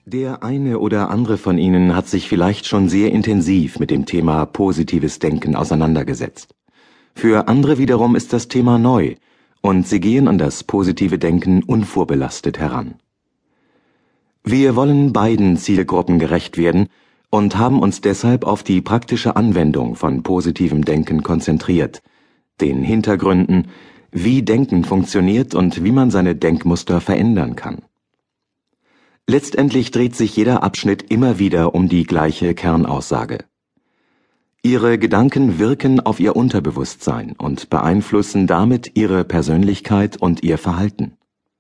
Der eine oder andere von Ihnen hat sich vielleicht schon sehr intensiv mit dem Thema positives Denken auseinandergesetzt. Für andere wiederum ist das Thema neu und sie gehen an das positive Denken unvorbelastet heran. Wir wollen beiden Zielgruppen gerecht werden und haben uns deshalb auf die praktische Anwendung von positivem Denken konzentriert, den Hintergründen, wie Denken funktioniert und wie man seine Denkmuster verändern kann. Letztendlich dreht sich jeder Abschnitt immer wieder um die gleiche Kernaussage. Ihre Gedanken wirken auf Ihr Unterbewusstsein und beeinflussen damit Ihre Persönlichkeit und Ihr Verhalten.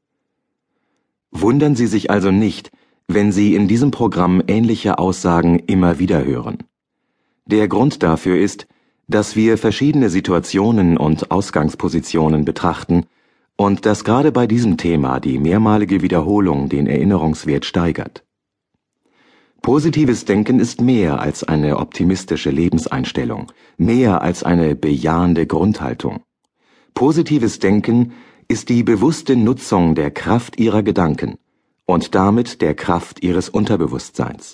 Wundern Sie sich also nicht, wenn Sie in diesem Programm ähnliche Aussagen immer wieder hören. Der Grund dafür ist, dass wir verschiedene Situationen und Ausgangspositionen betrachten und dass gerade bei diesem Thema die mehrmalige Wiederholung den Erinnerungswert steigert. Positives Denken ist mehr als eine optimistische Lebenseinstellung, mehr als eine bejahende Grundhaltung. Positives Denken ist die bewusste Nutzung der Kraft Ihrer Gedanken und damit der Kraft Ihres Unterbewusstseins.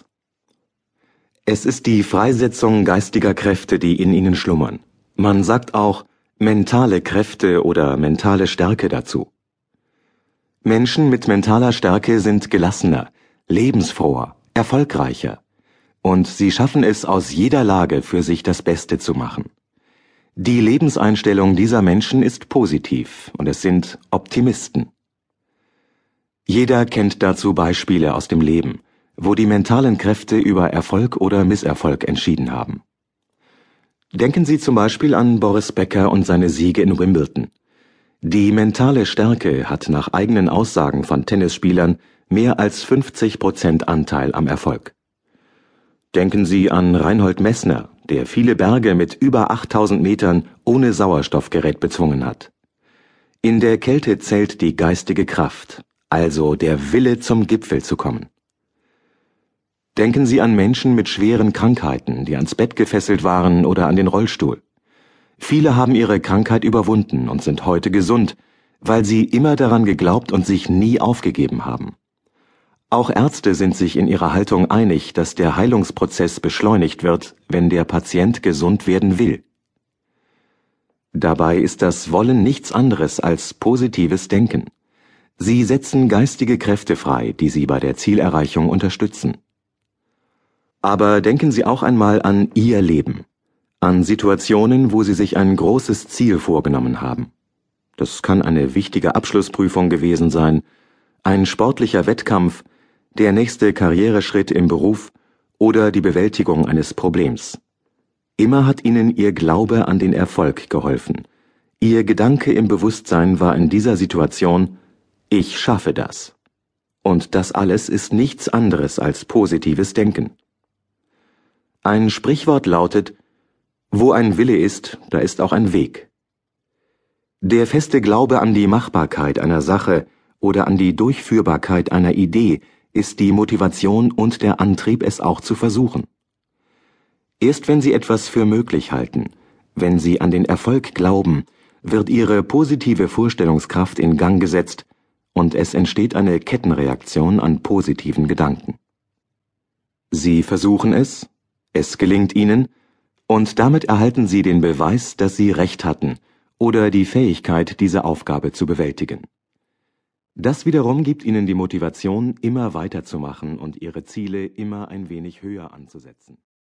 Es ist die Freisetzung geistiger Kräfte, die in Ihnen schlummern. Man sagt auch mentale Kräfte oder mentale Stärke dazu. Menschen mit mentaler Stärke sind gelassener, lebensfroher, erfolgreicher und sie schaffen es aus jeder Lage für sich das Beste zu machen. Die Lebenseinstellung dieser Menschen ist positiv und es sind Optimisten. Jeder kennt dazu Beispiele aus dem Leben, wo die mentalen Kräfte über Erfolg oder Misserfolg entschieden haben. Denken Sie zum Beispiel an Boris Becker und seine Siege in Wimbledon. Die mentale Stärke hat nach eigenen Aussagen von Tennisspielern mehr als 50% Anteil am Erfolg. Denken Sie an Reinhold Messner, der viele Berge mit über 8000 Metern ohne Sauerstoffgerät bezwungen hat. In der Kälte zählt die geistige Kraft, also der Wille zum Gipfel zu kommen. Denken Sie an Menschen mit schweren Krankheiten, die ans Bett gefesselt waren oder an den Rollstuhl. Viele haben ihre Krankheit überwunden und sind heute gesund, weil sie immer daran geglaubt und sich nie aufgegeben haben. Auch Ärzte sind sich in ihrer Haltung einig, dass der Heilungsprozess beschleunigt wird, wenn der Patient gesund werden will. Dabei ist das Wollen nichts anderes als positives Denken. Sie setzen geistige Kräfte frei, die Sie bei der Zielerreichung unterstützen. Aber denken Sie auch einmal an Ihr Leben, an Situationen, wo Sie sich ein großes Ziel vorgenommen haben. Das kann eine wichtige Abschlussprüfung gewesen sein, ein sportlicher Wettkampf, der nächste Karriereschritt im Beruf oder die Bewältigung eines Problems. Immer hat Ihnen Ihr Glaube an den Erfolg geholfen. Ihr Gedanke im Bewusstsein war in dieser Situation: Ich schaffe das. Und das alles ist nichts anderes als positives Denken. Ein Sprichwort lautet: Wo ein Wille ist, da ist auch ein Weg. Der feste Glaube an die Machbarkeit einer Sache oder an die Durchführbarkeit einer Idee ist die Motivation und der Antrieb, es auch zu versuchen. Erst wenn Sie etwas für möglich halten, wenn Sie an den Erfolg glauben, wird Ihre positive Vorstellungskraft in Gang gesetzt und es entsteht eine Kettenreaktion an positiven Gedanken. Sie versuchen es gelingt Ihnen, und damit erhalten Sie den Beweis, dass Sie Recht hatten oder die Fähigkeit, diese Aufgabe zu bewältigen. Das wiederum gibt Ihnen die Motivation, immer weiterzumachen und Ihre Ziele immer ein wenig höher anzusetzen.